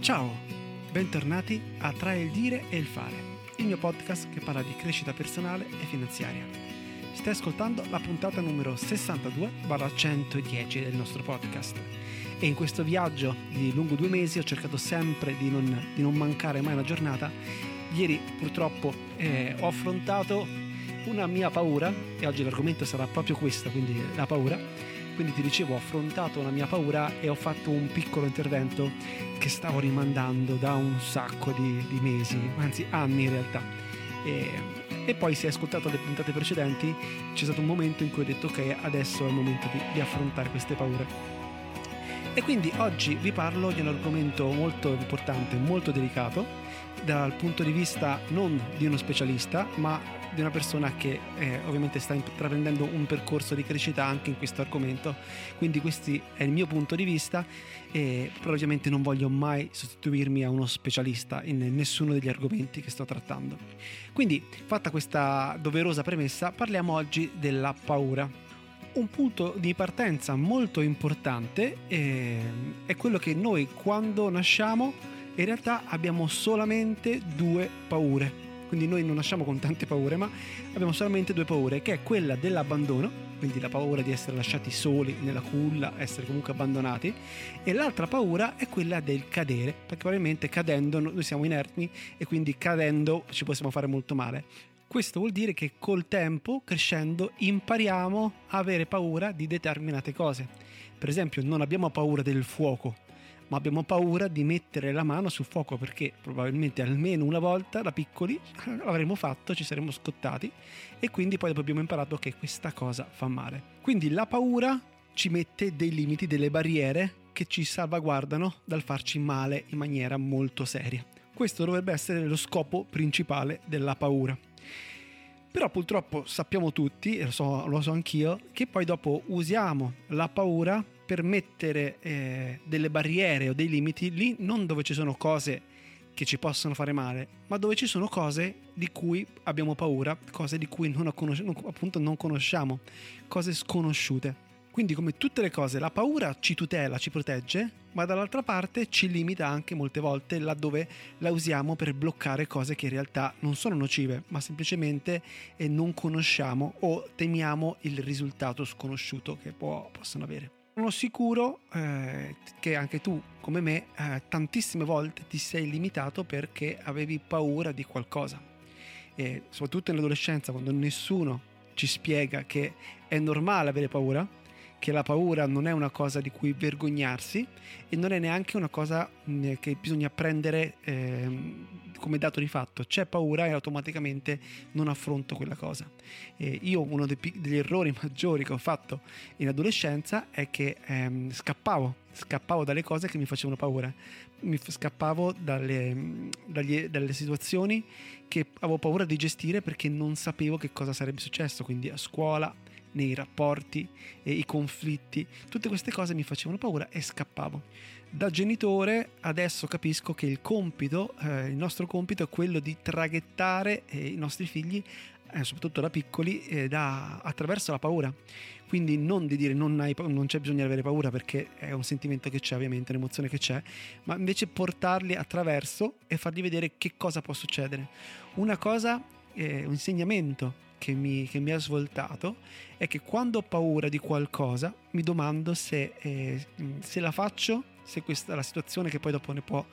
Ciao, bentornati a Tra il dire e il fare, il mio podcast che parla di crescita personale e finanziaria. Stai ascoltando la puntata numero 62/110 del nostro podcast e in questo viaggio di lungo 2 mesi ho cercato sempre di non mancare mai una giornata. Ieri purtroppo ho affrontato una mia paura e oggi l'argomento sarà proprio questo, quindi la paura. Quindi ti dicevo, ho affrontato una mia paura e ho fatto un piccolo intervento che stavo rimandando da un sacco di mesi, anzi anni in realtà. E poi, se hai ascoltato le puntate precedenti, c'è stato un momento in cui ho detto ok, adesso è il momento di affrontare queste paure. E quindi oggi vi parlo di un argomento molto importante, molto delicato, dal punto di vista non di uno specialista, ma di una persona che ovviamente sta intraprendendo un percorso di crescita anche in questo argomento. Quindi questo è il mio punto di vista, però ovviamente non voglio mai sostituirmi a uno specialista in nessuno degli argomenti che sto trattando. Quindi, fatta questa doverosa premessa, parliamo oggi della paura. Un punto di partenza molto importante è quello che noi, quando nasciamo, in realtà abbiamo solamente 2 paure. Quindi noi non nasciamo con tante paure, ma abbiamo solamente 2 paure, che è quella dell'abbandono, quindi la paura di essere lasciati soli nella culla, essere comunque abbandonati, e l'altra paura è quella del cadere, perché probabilmente cadendo noi siamo inerti e quindi cadendo ci possiamo fare molto male. Questo vuol dire che col tempo, crescendo, impariamo a avere paura di determinate cose. Per esempio, non abbiamo paura del fuoco, ma abbiamo paura di mettere la mano sul fuoco, perché probabilmente almeno una volta da piccoli l'avremmo fatto, ci saremmo scottati e quindi poi dopo abbiamo imparato che questa cosa fa male. Quindi la paura ci mette dei limiti, delle barriere che ci salvaguardano dal farci male in maniera molto seria. Questo dovrebbe essere lo scopo principale della paura. Però purtroppo sappiamo tutti, e lo so anch'io, che poi dopo usiamo la paura per mettere delle barriere o dei limiti lì, non dove ci sono cose che ci possono fare male, ma dove ci sono cose di cui abbiamo paura, cose di cui non conosciamo, cose sconosciute. Quindi, come tutte le cose, la paura ci tutela, ci protegge, ma dall'altra parte ci limita anche molte volte laddove la usiamo per bloccare cose che in realtà non sono nocive, ma semplicemente non conosciamo o temiamo il risultato sconosciuto che possono avere. Sono sicuro che anche tu, come me, tantissime volte ti sei limitato perché avevi paura di qualcosa. E soprattutto nell'adolescenza, quando nessuno ci spiega che è normale avere paura, che la paura non è una cosa di cui vergognarsi e non è neanche una cosa che bisogna prendere come dato di fatto. C'è paura e automaticamente non affronto quella cosa. Io uno degli errori maggiori che ho fatto in adolescenza è che scappavo dalle cose che mi facevano paura, scappavo dalle situazioni che avevo paura di gestire perché non sapevo che cosa sarebbe successo, quindi a scuola, nei rapporti, i conflitti, tutte queste cose mi facevano paura e scappavo. Da genitore adesso capisco che il nostro compito è quello di traghettare i nostri figli, soprattutto da piccoli, attraverso la paura. Quindi non di dire non c'è bisogno di avere paura, perché è un sentimento che c'è, ovviamente, un'emozione che c'è, ma invece portarli attraverso e fargli vedere che cosa può succedere. Un insegnamento che mi ha svoltato è che quando ho paura di qualcosa mi domando se la faccio, se questa la situazione che poi dopo ne può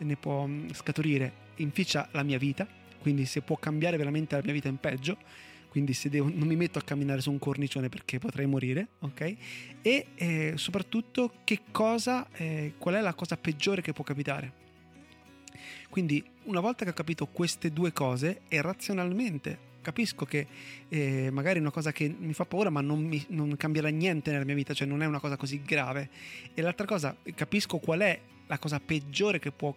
scaturire inficia la mia vita, quindi se può cambiare veramente la mia vita in peggio, quindi se non mi metto a camminare su un cornicione perché potrei morire, ok? E soprattutto qual è la cosa peggiore che può capitare. Quindi una volta che ho capito queste 2 cose e razionalmente capisco che magari è una cosa che mi fa paura ma non cambierà niente nella mia vita, cioè non è una cosa così grave, e l'altra cosa, capisco qual è la cosa peggiore che può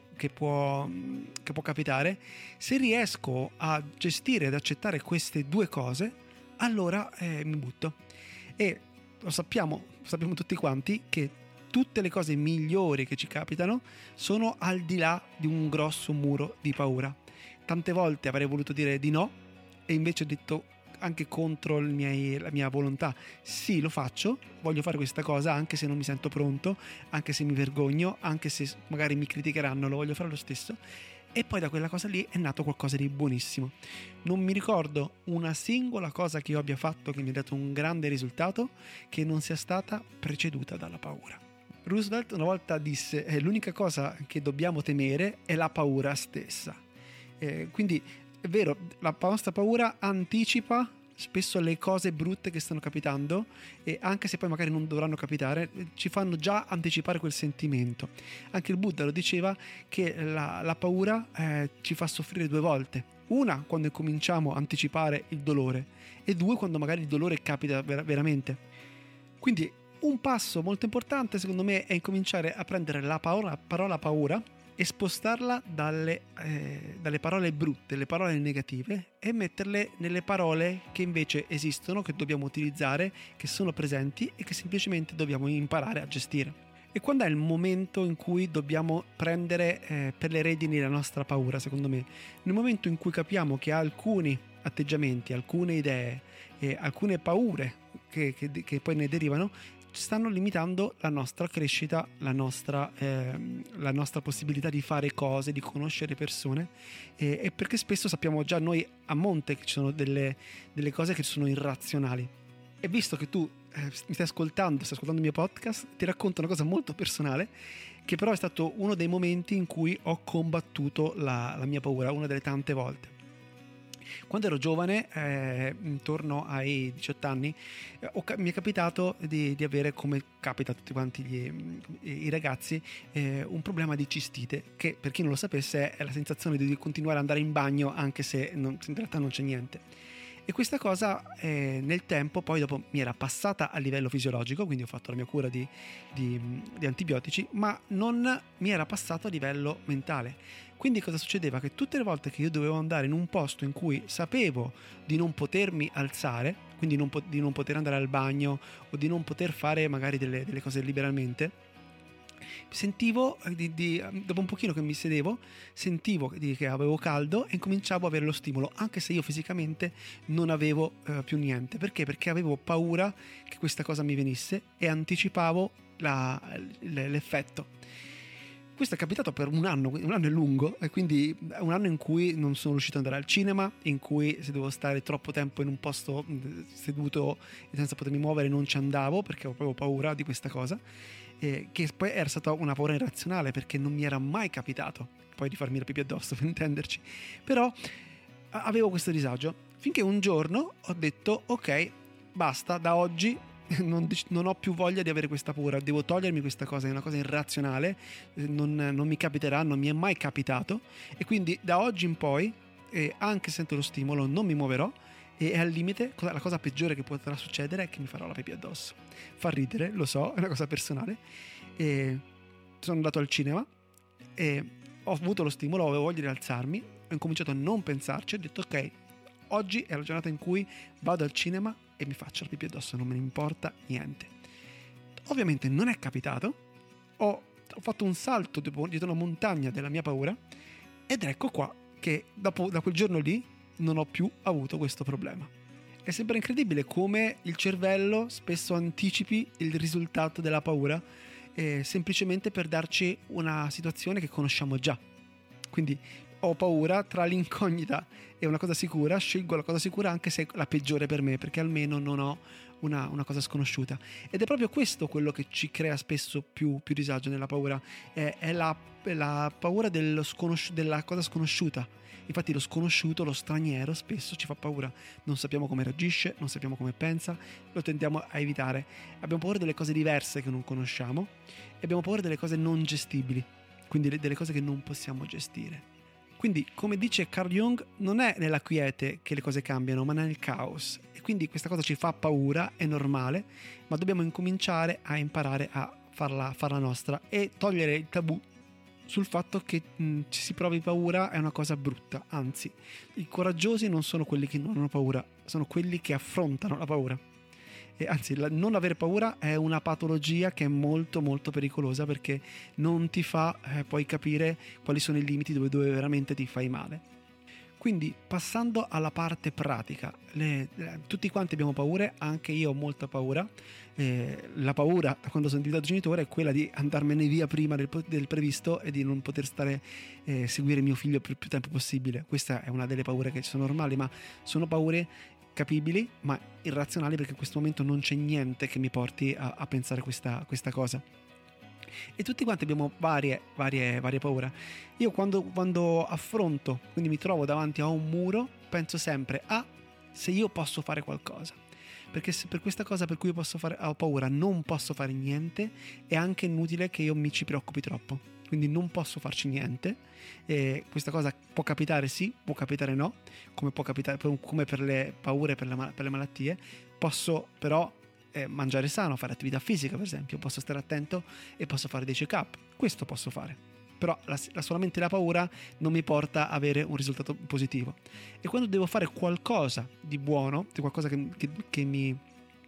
capitare. Se riesco a gestire ed accettare queste 2 cose, allora mi butto. E lo sappiamo tutti quanti che tutte le cose migliori che ci capitano sono al di là di un grosso muro di paura. Tante volte avrei voluto dire di no e invece ho detto anche contro la mia volontà. Sì, lo faccio, voglio fare questa cosa anche se non mi sento pronto, anche se mi vergogno, anche se magari mi criticheranno, lo voglio fare lo stesso. E poi da quella cosa lì è nato qualcosa di buonissimo. Non mi ricordo una singola cosa che io abbia fatto che mi ha dato un grande risultato che non sia stata preceduta dalla paura. Roosevelt una volta disse: l'unica cosa che dobbiamo temere è la paura stessa. Quindi è vero, la nostra paura anticipa spesso le cose brutte che stanno capitando, e anche se poi magari non dovranno capitare, ci fanno già anticipare quel sentimento. Anche il Buddha lo diceva che la paura ci fa soffrire 2 volte: una quando cominciamo a anticipare il dolore, e 2 quando magari il dolore capita veramente. Quindi un passo molto importante secondo me è incominciare a prendere la parola paura e spostarla dalle parole brutte, le parole negative, e metterle nelle parole che invece esistono, che dobbiamo utilizzare, che sono presenti e che semplicemente dobbiamo imparare a gestire. E quando è il momento in cui dobbiamo prendere per le redini la nostra paura, secondo me? Nel momento in cui capiamo che alcuni atteggiamenti, alcune idee, alcune paure che poi ne derivano stanno limitando la nostra crescita, la nostra possibilità di fare cose, di conoscere persone, e perché spesso sappiamo già noi a monte che ci sono delle cose che sono irrazionali. E visto che tu mi stai ascoltando il mio podcast, ti racconto una cosa molto personale, che però è stato uno dei momenti in cui ho combattuto la mia paura, una delle tante volte. Quando ero giovane, intorno ai 18 anni, mi è capitato di avere, come capita a tutti quanti i ragazzi, un problema di cistite, che per chi non lo sapesse è la sensazione di continuare ad andare in bagno anche se in realtà non c'è niente. E questa cosa nel tempo poi dopo mi era passata a livello fisiologico, quindi ho fatto la mia cura di antibiotici, ma non mi era passato a livello mentale. Quindi cosa succedeva? Che tutte le volte che io dovevo andare in un posto in cui sapevo di non potermi alzare, quindi di non poter andare al bagno o di non poter fare magari delle cose liberamente, sentivo dopo un pochino che mi sedevo, sentivo che avevo caldo e cominciavo a avere lo stimolo, anche se io fisicamente non avevo più niente. Perché avevo paura che questa cosa mi venisse e anticipavo l'effetto. Questo è capitato per un anno è lungo, e quindi un anno in cui non sono riuscito ad andare al cinema, in cui se dovevo stare troppo tempo in un posto seduto e senza potermi muovere non ci andavo perché avevo paura di questa cosa, che poi era stata una paura irrazionale perché non mi era mai capitato poi di farmi la pipì addosso, per intenderci. Però avevo questo disagio finché un giorno ho detto: ok, basta, da oggi non ho più voglia di avere questa paura, devo togliermi questa cosa, è una cosa irrazionale, non mi capiterà, non mi è mai capitato, e quindi da oggi in poi, anche se sento lo stimolo, non mi muoverò, e al limite la cosa peggiore che potrà succedere è che mi farò la pipì addosso. Fa ridere, lo so, è una cosa personale. E sono andato al cinema e ho avuto lo stimolo, avevo voglia di alzarmi, ho incominciato a non pensarci, ho detto: ok, oggi è la giornata in cui vado al cinema e mi faccio la pipì addosso, non me ne importa niente. Ovviamente non è capitato, ho fatto un salto dietro una montagna della mia paura, ed ecco qua che da quel giorno lì non ho più avuto questo problema. È sempre incredibile come il cervello spesso anticipi il risultato della paura, semplicemente per darci una situazione che conosciamo già. Quindi ho paura, tra l'incognita e una cosa sicura scelgo la cosa sicura, anche se è la peggiore per me, perché almeno non ho una cosa sconosciuta. Ed è proprio questo quello che ci crea spesso più disagio nella paura, è la paura della cosa sconosciuta. Infatti lo sconosciuto, lo straniero, spesso ci fa paura, non sappiamo come reagisce, non sappiamo come pensa, lo tendiamo a evitare. Abbiamo paura delle cose diverse che non conosciamo e abbiamo paura delle cose non gestibili, quindi delle cose che non possiamo gestire. Quindi, come dice Carl Jung, non è nella quiete che le cose cambiano, ma nel caos. E quindi questa cosa ci fa paura, è normale, ma dobbiamo incominciare a imparare a farla nostra e togliere il tabù sul fatto che ci si provi paura è una cosa brutta. Anzi, i coraggiosi non sono quelli che non hanno paura, sono quelli che affrontano la paura. E anzi, non avere paura è una patologia che è molto molto pericolosa, perché non ti fa poi capire quali sono i limiti dove veramente ti fai male. Quindi passando alla parte pratica, tutti quanti abbiamo paure, anche io ho molta paura. La paura da quando sono diventato genitore è quella di andarmene via prima del previsto e di non poter seguire mio figlio per più tempo possibile. Questa è una delle paure che sono normali, ma sono paure capibili ma irrazionali, perché in questo momento non c'è niente che mi porti a pensare questa cosa. E tutti quanti abbiamo varie paure. Io quando affronto, quindi mi trovo davanti a un muro, penso sempre se io posso fare qualcosa, perché se per questa cosa per cui ho paura non posso fare niente, è anche inutile che io mi ci preoccupi troppo, quindi non posso farci niente. Questa cosa può capitare sì, può capitare no, come può capitare come per le paure, per le malattie. Posso però mangiare sano, fare attività fisica per esempio, posso stare attento e posso fare dei check-up, questo posso fare, però solamente la paura non mi porta a avere un risultato positivo. E quando devo fare qualcosa di buono, di qualcosa che mi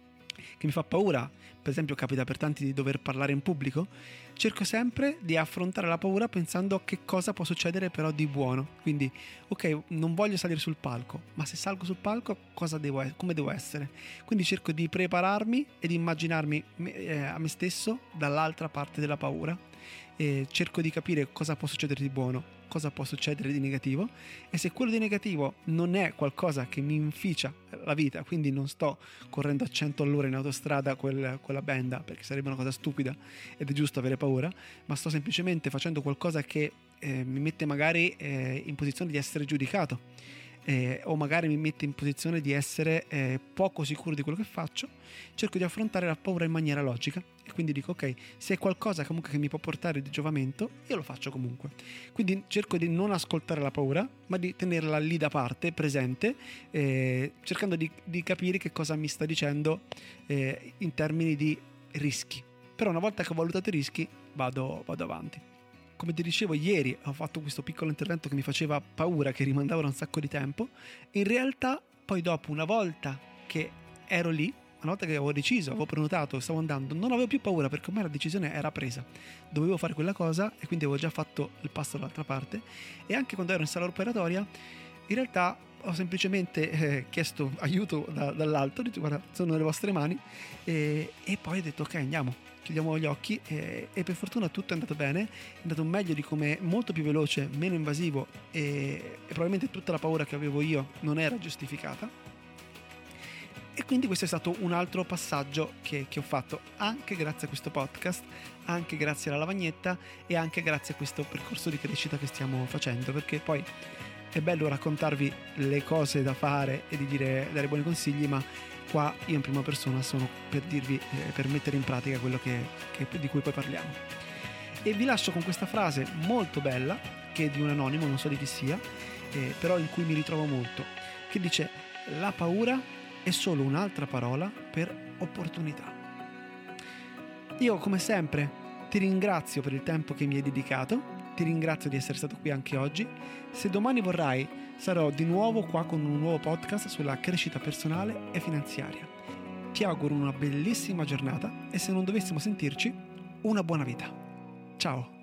fa paura, per esempio capita per tanti di dover parlare in pubblico, cerco sempre di affrontare la paura pensando a che cosa può succedere però di buono. Quindi ok, non voglio salire sul palco, ma se salgo sul palco come devo essere? Quindi cerco di prepararmi e di immaginarmi a me stesso dall'altra parte della paura, e cerco di capire cosa può succedere di buono, cosa può succedere di negativo, e se quello di negativo non è qualcosa che mi inficia la vita, quindi non sto correndo a 100 all'ora in autostrada con la benda, perché sarebbe una cosa stupida ed è giusto avere paura, ma sto semplicemente facendo qualcosa che mi mette magari in posizione di essere giudicato, o magari mi mette in posizione di essere poco sicuro di quello che faccio, cerco di affrontare la paura in maniera logica e quindi dico ok, se è qualcosa comunque che mi può portare di giovamento, io lo faccio comunque. Quindi cerco di non ascoltare la paura, ma di tenerla lì da parte, presente, cercando di capire che cosa mi sta dicendo in termini di rischi. Però una volta che ho valutato i rischi vado avanti. Come ti dicevo, ieri ho fatto questo piccolo intervento che mi faceva paura, che rimandava un sacco di tempo. In realtà poi dopo, una volta che ero lì, una volta che avevo deciso, avevo prenotato, stavo andando, non avevo più paura, perché ormai la decisione era presa, dovevo fare quella cosa e quindi avevo già fatto il passo dall'altra parte. E anche quando ero in sala operatoria, in realtà ho semplicemente chiesto aiuto dall'alto, ho detto guarda, sono nelle vostre mani, e poi ho detto ok, andiamo, chiudiamo gli occhi, e per fortuna tutto è andato bene, è andato meglio di come, molto più veloce, meno invasivo, e probabilmente tutta la paura che avevo io non era giustificata. E quindi questo è stato un altro passaggio che ho fatto, anche grazie a questo podcast, anche grazie alla lavagnetta e anche grazie a questo percorso di crescita che stiamo facendo, perché poi è bello raccontarvi le cose da fare e dare buoni consigli, ma qua io in prima persona sono per dirvi, per mettere in pratica quello di cui poi parliamo. E vi lascio con questa frase molto bella, che è di un anonimo, non so di chi sia, però in cui mi ritrovo molto, che dice: la paura è solo un'altra parola per opportunità. Io come sempre ti ringrazio per il tempo che mi hai dedicato, ti ringrazio di essere stato qui anche oggi. Se domani vorrai, sarò di nuovo qua con un nuovo podcast sulla crescita personale e finanziaria. Ti auguro una bellissima giornata e se non dovessimo sentirci, una buona vita. Ciao!